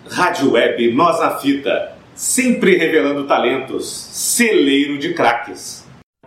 Rádio Web Nós na Fita, sempre revelando talentos, celeiro de craques.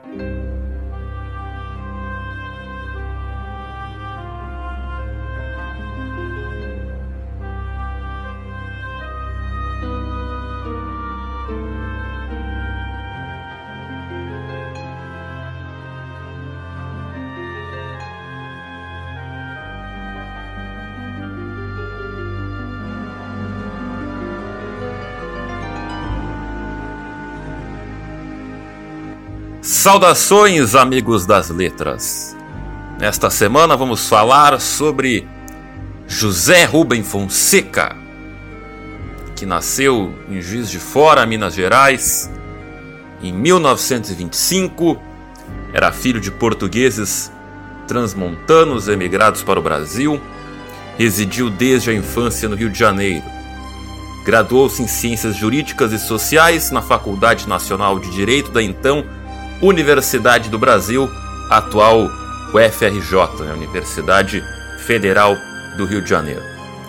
Saudações, amigos das letras! Nesta semana vamos falar sobre José Rubem Fonseca, que nasceu em Juiz de Fora, Minas Gerais, em 1925. Era filho de portugueses transmontanos emigrados para o Brasil. Residiu desde a infância no Rio de Janeiro. Graduou-se em Ciências Jurídicas e Sociais na Faculdade Nacional de Direito da então Universidade do Brasil, atual UFRJ, Universidade Federal do Rio de Janeiro.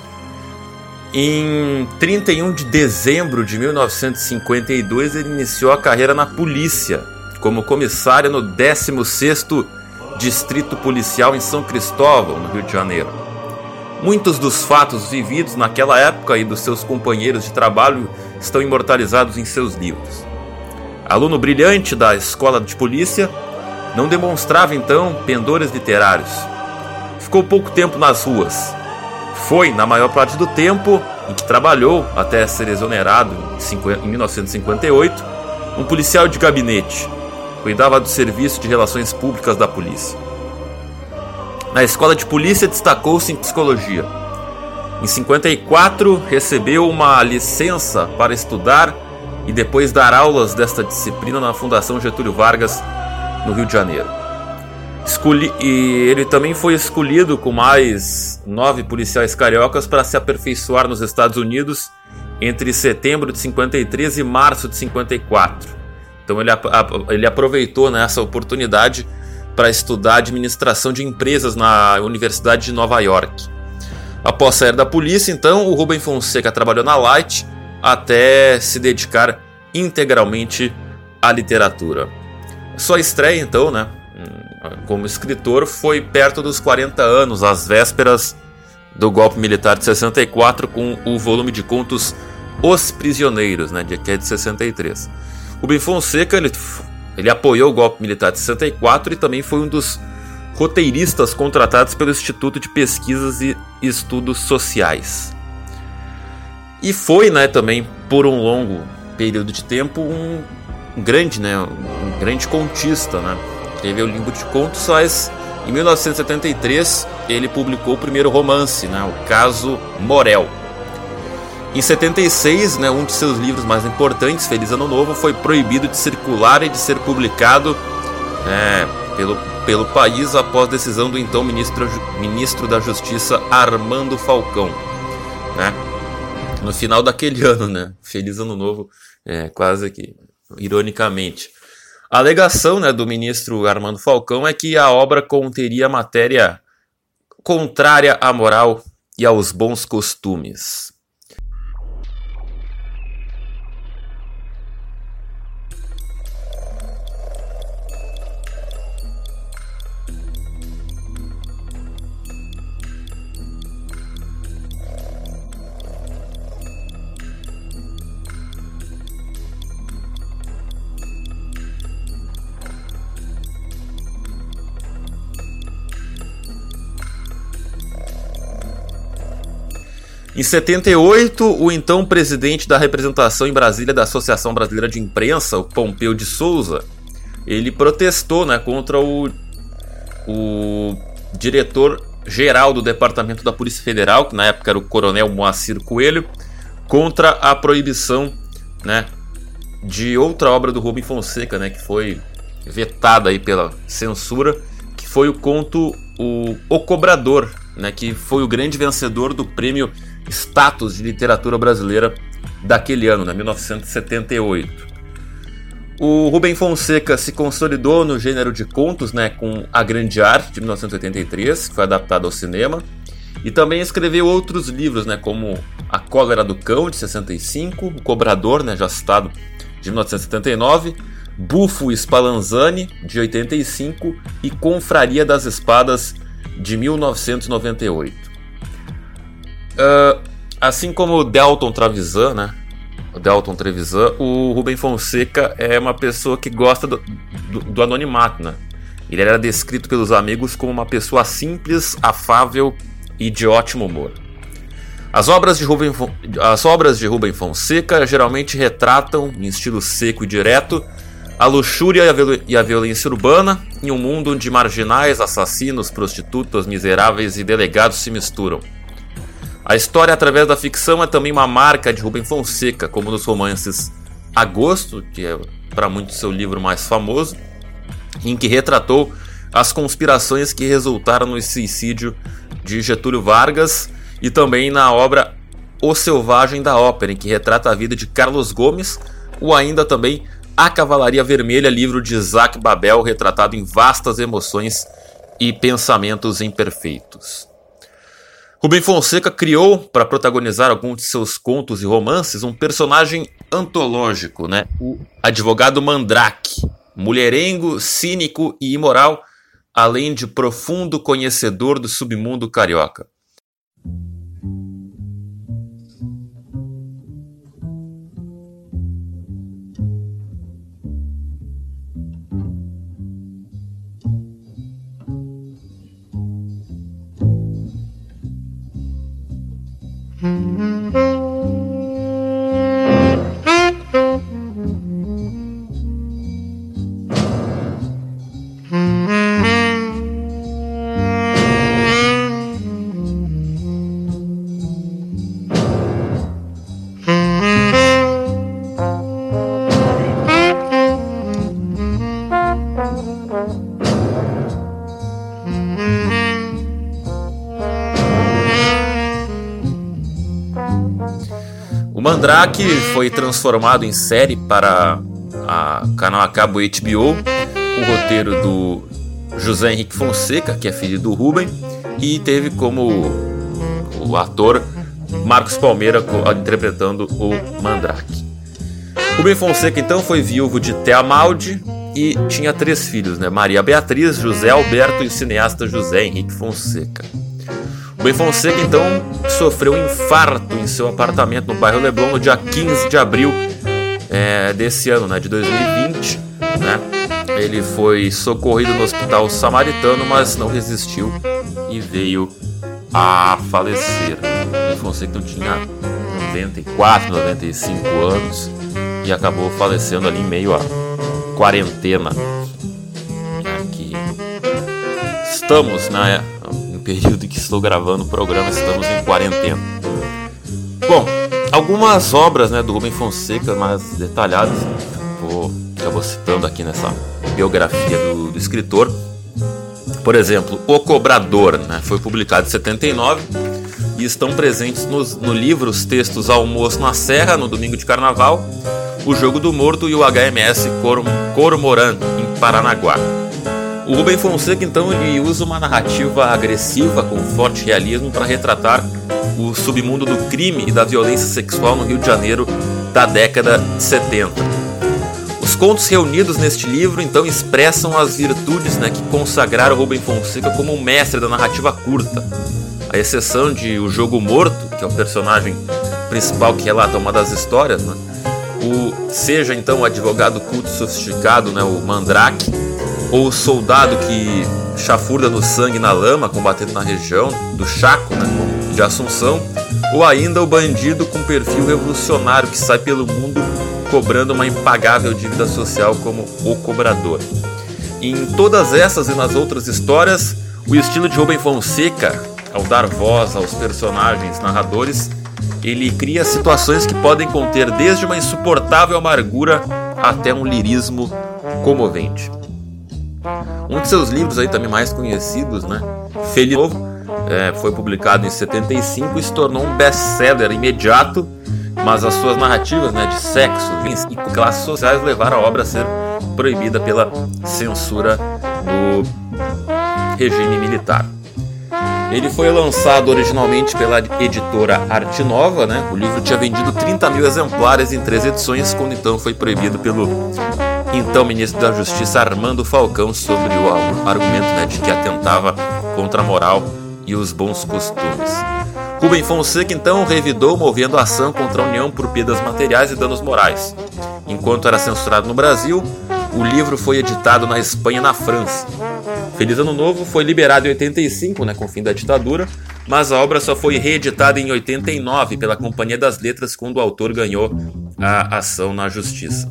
Em 31 de dezembro de 1952, ele iniciou a carreira na polícia, como comissário no 16º Distrito Policial em São Cristóvão, no Rio de Janeiro. Muitos dos fatos vividos naquela época e dos seus companheiros de trabalho estão imortalizados em seus livros. Aluno brilhante da escola de polícia, não demonstrava então pendores literários. Ficou pouco tempo nas ruas. Foi, na maior parte do tempo em que trabalhou, até ser exonerado em 1958, um policial de gabinete. Cuidava do serviço de relações públicas da polícia. Na escola de polícia destacou-se em psicologia. Em 54 recebeu uma licença para estudar e depois dar aulas desta disciplina na Fundação Getúlio Vargas, no Rio de Janeiro. E ele também foi escolhido com mais 9 policiais cariocas para se aperfeiçoar nos Estados Unidos entre setembro de 53 e março de 54. Então ele aproveitou essa oportunidade para estudar administração de empresas na Universidade de Nova York. Após sair da polícia, então, o Rubem Fonseca trabalhou na Light até se dedicar integralmente à literatura. Sua estreia, então, como escritor, foi perto dos 40 anos, às vésperas do golpe militar de 64, com o volume de contos Os Prisioneiros, que é de 63. Rubem Fonseca ele apoiou o golpe militar de 64 e também foi um dos roteiristas contratados pelo Instituto de Pesquisas e Estudos Sociais. E foi, também, por um longo período de tempo, um grande contista, Teve o livro de contos, mas em 1973 ele publicou o primeiro romance, o Caso Morel. Em 76, um de seus livros mais importantes, Feliz Ano Novo, foi proibido de circular e de ser publicado pelo país após decisão do então ministro da Justiça, Armando Falcão. No final daquele ano, Feliz Ano Novo, quase que ironicamente. A alegação do ministro Armando Falcão é que a obra conteria matéria contrária à moral e aos bons costumes. Em 78, o então presidente da representação em Brasília da Associação Brasileira de Imprensa, o Pompeu de Souza, ele protestou contra o diretor-geral do Departamento da Polícia Federal, que na época era o coronel Moacir Coelho, contra a proibição de outra obra do Rubem Fonseca, que foi vetada aí pela censura, que foi o conto O Cobrador, que foi o grande vencedor do prêmio Status de Literatura Brasileira daquele ano, 1978. O Rubem Fonseca se consolidou no gênero de contos, com A Grande Arte, de 1983, que foi adaptado ao cinema, E também escreveu outros livros, né, como A Cólera do Cão, de 65, O Cobrador, né, já citado, de 1979, Bufo e Spallanzani, de 85, e Confraria das Espadas, de 1998. Assim como o Delton Trevisan, né, o Rubem Fonseca é uma pessoa que gosta do anonimato, né? Ele era descrito pelos amigos como uma pessoa simples, afável e de ótimo humor. As obras de Rubem Fonseca geralmente retratam, em estilo seco e direto, a luxúria e a violência urbana em um mundo onde marginais, assassinos, prostitutas, miseráveis e delegados se misturam. A história através da ficção é também uma marca de Rubem Fonseca, como nos romances Agosto, que é para muitos seu livro mais famoso, em que retratou as conspirações que resultaram no suicídio de Getúlio Vargas, e também na obra O Selvagem da Ópera, em que retrata a vida de Carlos Gomes, ou ainda também A Cavalaria Vermelha, livro de Isaac Babel, retratado em vastas emoções e pensamentos imperfeitos. Rubem Fonseca criou, para protagonizar alguns de seus contos e romances, um personagem antológico, né? O advogado Mandrake, mulherengo, cínico e imoral, além de profundo conhecedor do submundo carioca. Mandrake foi transformado em série para a canal a cabo HBO, o roteiro do José Henrique Fonseca, que é filho do Rubem, e teve como o ator Marcos Palmeira interpretando o Mandrake. Rubem Fonseca então foi viúvo de Thea Maldi e tinha 3 filhos, né? Maria Beatriz, José Alberto e o cineasta José Henrique Fonseca. Rubem Fonseca então sofreu um infarto em seu apartamento no bairro Leblon no dia 15 de abril desse ano, né, de 2020. Né? Ele foi socorrido no Hospital Samaritano, mas não resistiu e veio a falecer. Rubem Fonseca tinha 94, 95 anos e acabou falecendo ali em meio à quarentena. Aqui estamos, né? Período em que estou gravando o programa, estamos em quarentena. Bom, algumas obras, né, do Rubem Fonseca mais detalhadas, já vou citando aqui nessa biografia do escritor. Por exemplo, O Cobrador, né, foi publicado em 79 e estão presentes no livro os textos Almoço na Serra, no Domingo de Carnaval, O Jogo do Morto e o HMS Coromorã, em Paranaguá. O Rubem Fonseca, então, ele usa uma narrativa agressiva com forte realismo para retratar o submundo do crime e da violência sexual no Rio de Janeiro da década de 70. Os contos reunidos neste livro, então, expressam as virtudes, né, que consagraram o Rubem Fonseca como um mestre da narrativa curta. A exceção de O Jogo Morto, que é o personagem principal que relata uma das histórias, né? Seja, então, o advogado culto sofisticado, né, o Mandrake, ou o soldado que chafurda no sangue e na lama, combatendo na região do Chaco, né, de Assunção, ou ainda o bandido com perfil revolucionário que sai pelo mundo cobrando uma impagável dívida social como o Cobrador. Em todas essas e nas outras histórias, o estilo de Rubem Fonseca, ao dar voz aos personagens narradores, ele cria situações que podem conter desde uma insuportável amargura até um lirismo comovente. Um de seus livros aí também mais conhecidos, né, Feliz Novo, foi publicado em 75 e se tornou um best-seller imediato, mas as suas narrativas, né, de sexo e classes sociais levaram a obra a ser proibida pela censura do regime militar. Ele foi lançado originalmente pela editora Arte Nova, né? O livro tinha vendido 30 mil exemplares em 3 edições, quando então foi proibido pelo então ministro da Justiça Armando Falcão, sobre o argumento, né, de que atentava contra a moral e os bons costumes. Rubem Fonseca então revidou, movendo ação contra a União por perdas materiais e danos morais. Enquanto era censurado no Brasil, o livro foi editado na Espanha e na França. Feliz Ano Novo foi liberado em 85, né, com o fim da ditadura, mas a obra só foi reeditada em 89 pela Companhia das Letras, quando o autor ganhou a ação na justiça.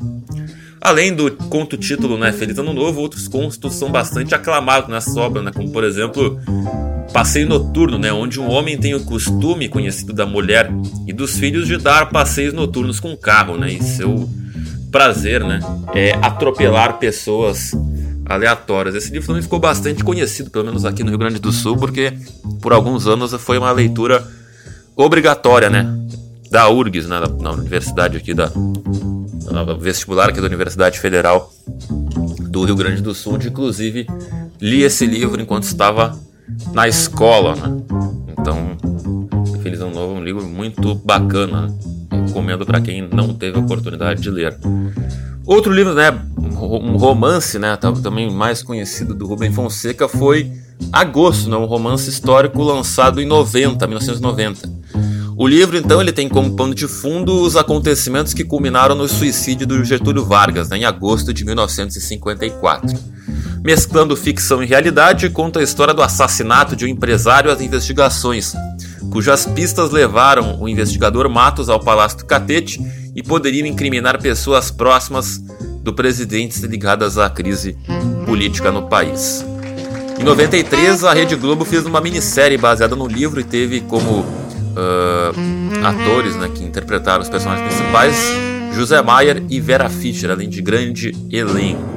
Além do conto-título, né, Feliz Ano Novo, outros contos são bastante aclamados nessa obra, né, como por exemplo Passeio Noturno, né, onde um homem tem o costume conhecido da mulher e dos filhos de dar passeios noturnos com o carro, né, e seu prazer, né, é atropelar pessoas aleatórias. Esse livro também ficou bastante conhecido, pelo menos aqui no Rio Grande do Sul, porque por alguns anos foi uma leitura obrigatória, né, da URGS, né, na universidade aqui na vestibular aqui da Universidade Federal do Rio Grande do Sul, onde inclusive li esse livro enquanto estava na escola, né? Então, Feliz Ano Novo é um livro muito bacana, né? Recomendo para quem não teve a oportunidade de ler. Outro livro, né, um romance, né, também mais conhecido do Rubem Fonseca, foi Agosto, né, um romance histórico lançado em 1990. O livro, então, ele tem como pano de fundo os acontecimentos que culminaram no suicídio do Getúlio Vargas, né, em agosto de 1954. Mesclando ficção e realidade, conta a história do assassinato de um empresário e as investigações, cujas pistas levaram o investigador Matos ao Palácio do Catete e poderiam incriminar pessoas próximas do presidente ligadas à crise política no país. Em 93, a Rede Globo fez uma minissérie baseada no livro e teve como atores, né, que interpretaram os personagens principais José Maier e Vera Fischer, além de grande elenco.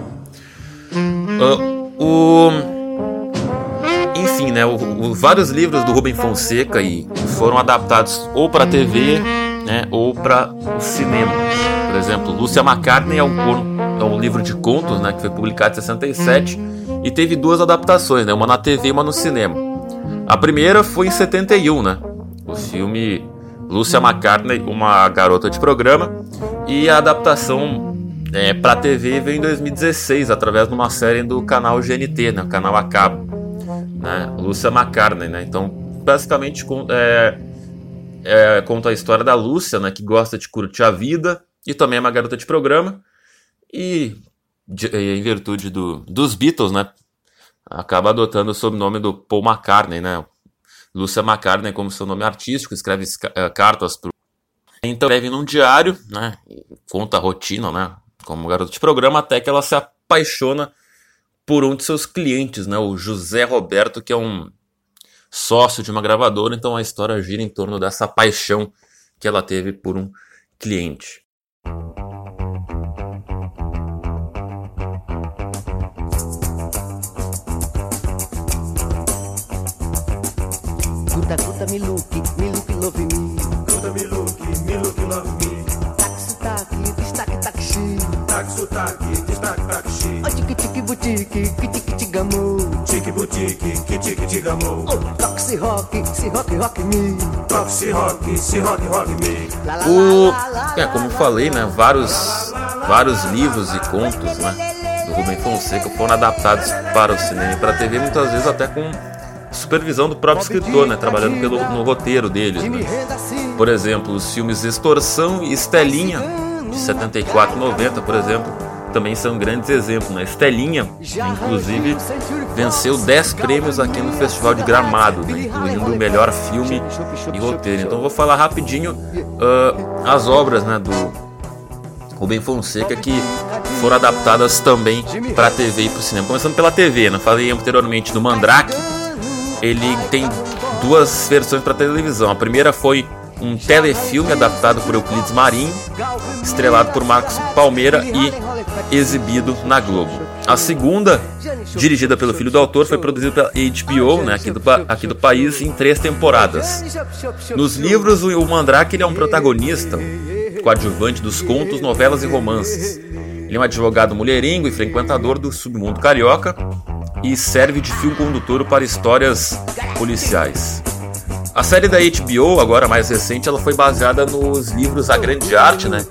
Enfim, né, vários livros do Rubem Fonseca foram adaptados ou para a TV, né, ou para o cinema. Por exemplo, Lúcia McCartney é um livro de contos, né, que foi publicado em 67 e teve 2 adaptações, né, uma na TV e uma no cinema. A primeira foi em 71, né, o filme Lúcia McCartney, uma garota de programa, e a adaptação para a TV veio em 2016 através de uma série do canal GNT, né, o canal a cabo, né, Lúcia McCartney, né. Então, basicamente conta a história da Lúcia, né, que gosta de curtir a vida e também é uma garota de programa, e em virtude dos Beatles, né, acaba adotando o sobrenome do Paul McCartney, né. Lúcia McCartney como seu nome artístico, escreve cartas pro... Então escreve num diário, né, conta a rotina, né, como garota de programa, até que ela se apaixona por um de seus clientes, né, o José Roberto, que é um sócio de uma gravadora. Então a história gira em torno dessa paixão que ela teve por um cliente. Guta, guta, me look love me. Guta, me look love me. Taxi, destaque, taxi. Taxi, destaque, taxi. Oh, tique, tique, boutique, que tique, tigamo. Tique, boutique, que tique, tigamo. Oh, toque, se rock me. Toque, se rock me. Como eu falei, né, vários livros e contos, né, do Rubem Fonseca foram adaptados para o cinema e para a TV, muitas vezes até com supervisão do próprio escritor, né, trabalhando no roteiro deles, né. Por exemplo, os filmes Extorsão e Estelinha, de 74 e 90, por exemplo, também são grandes exemplos, né. Estelinha, inclusive, venceu 10 prêmios aqui no Festival de Gramado, né, incluindo o melhor filme e roteiro. Então vou falar rapidinho as obras, né, do Rubem Fonseca que foram adaptadas também para a TV e para o cinema. Começando pela TV, né, falei anteriormente do Mandrake. Ele tem 2 versões para televisão. A primeira foi um telefilme adaptado por Euclides Marinho, estrelado por Marcos Palmeira e exibido na Globo. A segunda, dirigida pelo filho do autor, foi produzida pela HBO, né, aqui do país, em 3 temporadas. Nos livros, o Mandrake ele é um protagonista, coadjuvante dos contos, novelas e romances. Ele é um advogado mulherengo e frequentador do submundo carioca, e serve de fio condutor para histórias policiais. A série da HBO, agora mais recente, ela foi baseada nos livros A Grande Arte, né?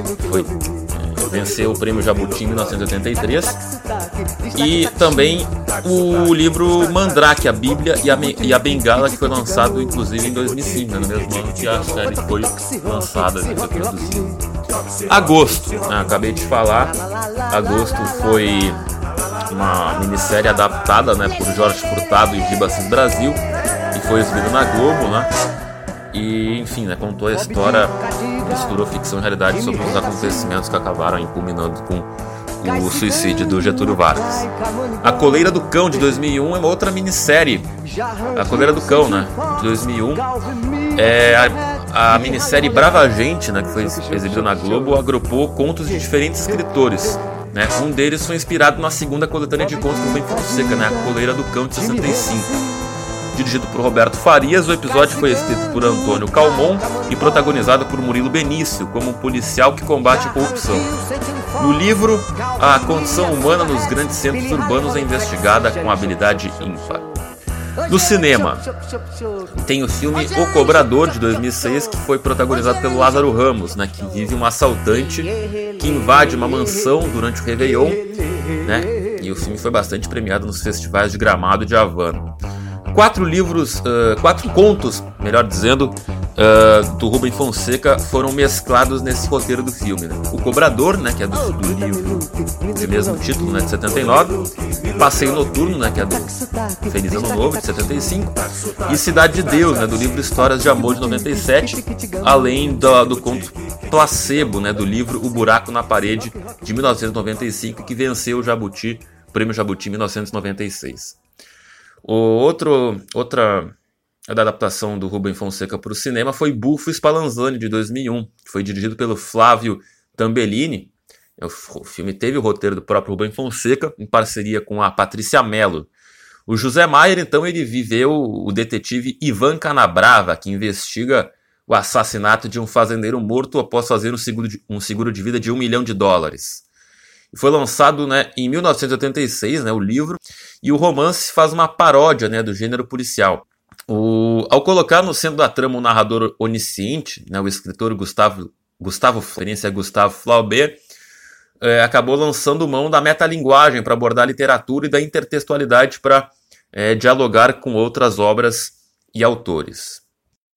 Venceu o Prêmio Jabuti em 1983, e também o livro Mandrake, a Bíblia e a Bengala, que foi lançado inclusive em 2005, né, no mesmo ano que a série foi lançada, né, foi produzida. Agosto, né, acabei de falar, Agosto foi uma minissérie adaptada, né, por Jorge Furtado e Giba Assis Brasil, e foi exibida na Globo, né? E, enfim, né, contou a história, misturou ficção e realidade sobre os acontecimentos que acabaram culminando com o suicídio do Getúlio Vargas. A Coleira do Cão, de 2001, é uma outra minissérie. A Coleira do Cão, né, de 2001, é a minissérie Brava Gente, né, que foi exibida na Globo, agrupou contos de diferentes escritores. Né? Um deles foi inspirado na segunda coletânea de contos do Rubem Fonseca, né, A Coleira do Cão, de 65. Dirigido por Roberto Farias, o episódio foi escrito por Antônio Calmon e protagonizado por Murilo Benício, como um policial que combate a corrupção. No livro, a condição humana nos grandes centros urbanos é investigada com habilidade ímpar. No cinema, tem o filme O Cobrador, de 2006, que foi protagonizado pelo Lázaro Ramos, né, que vive um assaltante que invade uma mansão durante o Réveillon, né, e o filme foi bastante premiado nos festivais de Gramado e de Havana. 4 contos, melhor dizendo, do Rubem Fonseca foram mesclados nesse roteiro do filme, né? O Cobrador, né, que é do livro de mesmo título, né, de 79, Passeio Noturno, né, que é do Feliz Ano Novo, de 75, e Cidade de Deus, né, do livro Histórias de Amor, de 97, além do conto Placebo, né, do livro O Buraco na Parede, de 1995, que venceu o Prêmio Jabuti em 1996. Outra adaptação do Rubem Fonseca para o cinema foi Bufo Spallanzani, de 2001, que foi dirigido pelo Flávio Tambellini. O filme teve o roteiro do próprio Rubem Fonseca, em parceria com a Patrícia Mello. O José Maier, então, ele viveu o detetive Ivan Canabrava, que investiga o assassinato de um fazendeiro morto após fazer um seguro de vida de $1 milhão. Foi lançado, né, em 1986, né, o livro, e o romance faz uma paródia, né, do gênero policial. Ao colocar no centro da trama um narrador onisciente, né, o escritor Gustavo Flaubert, acabou lançando mão da metalinguagem para abordar a literatura e da intertextualidade para dialogar com outras obras e autores.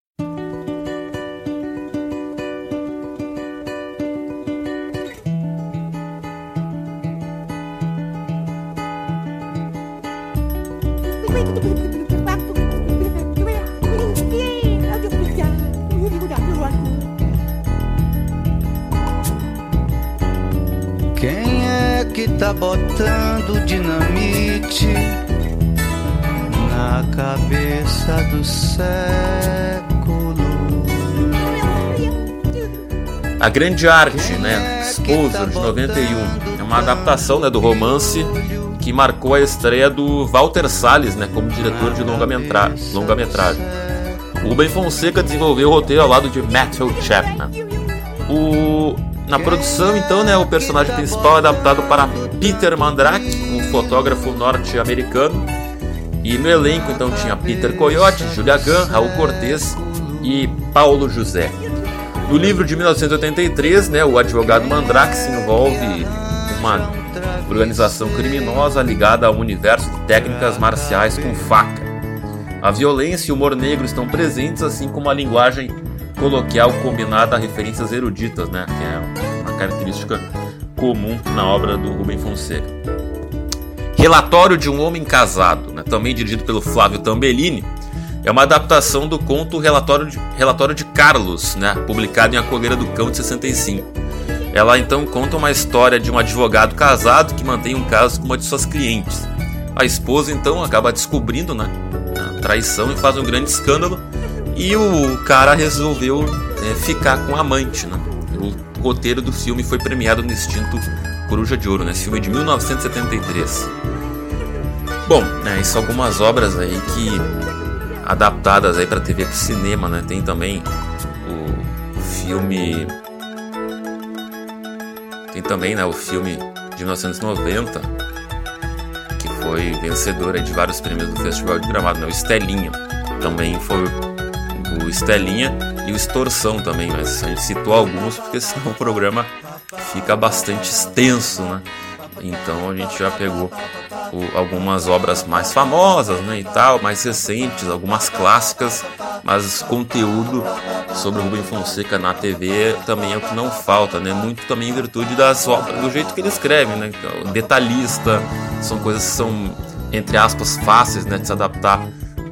Quem é que tá botando dinamite na cabeça do século? A Grande Arte, né, Exposure, de 91, é uma adaptação, né, do romance que marcou a estreia do Walter Salles, né, como diretor de longa-metragem. O Rubem Fonseca desenvolveu o roteiro ao lado de Matthew Chapman. Na produção, então, né, o personagem principal é adaptado para Peter Mandrake, um fotógrafo norte-americano. E no elenco, então, tinha Peter Coyote, Julia Gunn, Raul Cortez e Paulo José. No livro de 1983, né, o advogado Mandrake se envolve em uma organização criminosa ligada ao universo de técnicas marciais com faca. A violência e o humor negro estão presentes, assim como a linguagem coloquial combinada a referências eruditas, né, que é uma característica comum na obra do Rubem Fonseca. Relatório de um Homem Casado, né, também dirigido pelo Flávio Tambellini, é uma adaptação do conto Relatório de Carlos, né, publicado em A Coleira do Cão, de 65. Ela então conta uma história de um advogado casado que mantém um caso com uma de suas clientes. A esposa então acaba descobrindo, né, a traição e faz um grande escândalo, e o cara resolveu ficar com a amante, né? O roteiro do filme foi premiado no extinto Coruja de Ouro, né? Esse filme é de 1973. Bom, né, são algumas obras aí que adaptadas aí para TV e para cinema, né? Tem também o filme, né, o filme de 1990, que foi vencedor aí de vários prêmios do Festival de Gramado, né? O Estelinha também foi o Estelinha e o Extorsão também, mas a gente citou alguns porque senão o programa fica bastante extenso, né? Então a gente já pegou algumas obras mais famosas, né, e tal, mais recentes, algumas clássicas, mas conteúdo sobre o Rubem Fonseca na TV também é o que não falta, né? Muito também em virtude das obras, do jeito que ele escreve, né? Então, detalhista, são coisas que são, entre aspas, fáceis, né, de se adaptar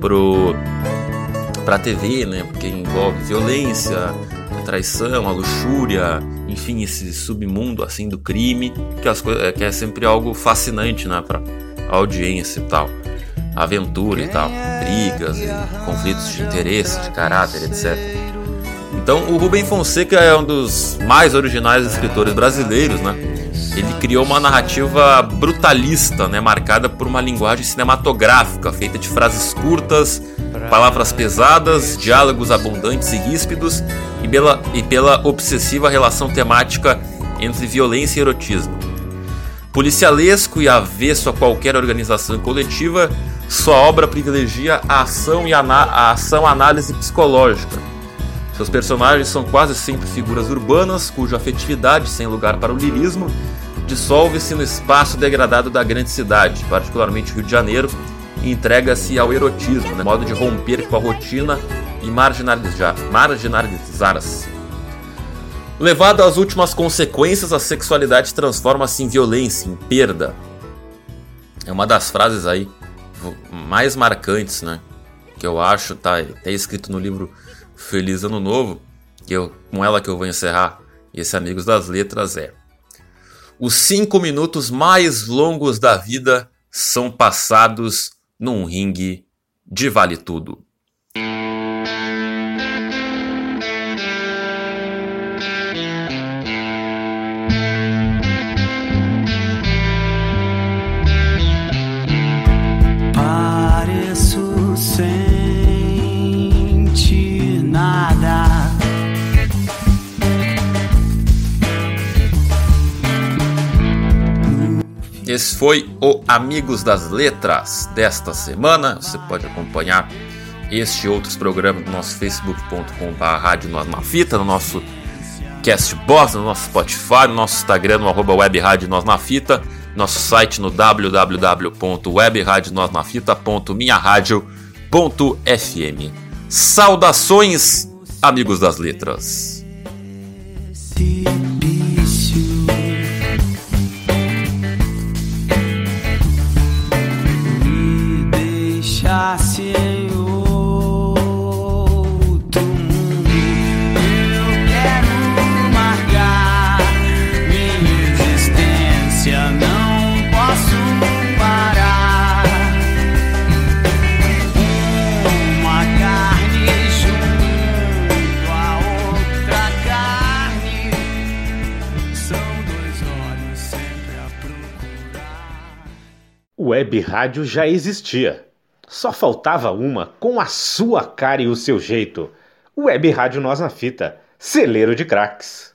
pra TV, né? Porque envolve violência, a traição, a luxúria, enfim, esse submundo assim do crime, que é sempre algo fascinante, né, pra audiência e tal, aventura e tal, brigas, e conflitos de interesse, de caráter, etc. Então o Rubem Fonseca é um dos mais originais escritores brasileiros, né? Ele criou uma narrativa brutalista, né, marcada por uma linguagem cinematográfica, feita de frases curtas, palavras pesadas, diálogos abundantes e ríspidos, e pela obsessiva relação temática entre violência e erotismo. Policialesco e avesso a qualquer organização coletiva, sua obra privilegia a ação e a ação-análise psicológica. Seus personagens são quase sempre figuras urbanas, cuja afetividade, sem lugar para o lirismo, dissolve-se no espaço degradado da grande cidade, particularmente o Rio de Janeiro, e entrega-se ao erotismo, né, modo de romper com a rotina e marginalizar-se. Levado às últimas consequências, a sexualidade transforma-se em violência, em perda. É uma das frases aí mais marcantes, né, que eu acho, tá até escrito no livro Feliz Ano Novo, com ela que eu vou encerrar esse Amigos das Letras, é: os 5 minutos mais longos da vida são passados num ringue de vale tudo. Pareço sentir nada. Esse foi o Amigos das Letras desta semana. Você pode acompanhar este e outros programas no nosso facebook.com/Rádio Nós na Fita, no nosso Castbox, no nosso Spotify, no nosso Instagram, no @WebRádio Nós na Fita, nosso site no www.webradionosnafita.minharadio.fm. Saudações, Amigos das Letras. Deixasse em outro mundo, eu quero marcar minha existência, não posso parar. Uma carne junto a outra carne, são 2 olhos sempre a procurar. O Web Rádio já existia. Só faltava uma com a sua cara e o seu jeito. Web Rádio Nós na Fita, celeiro de craques.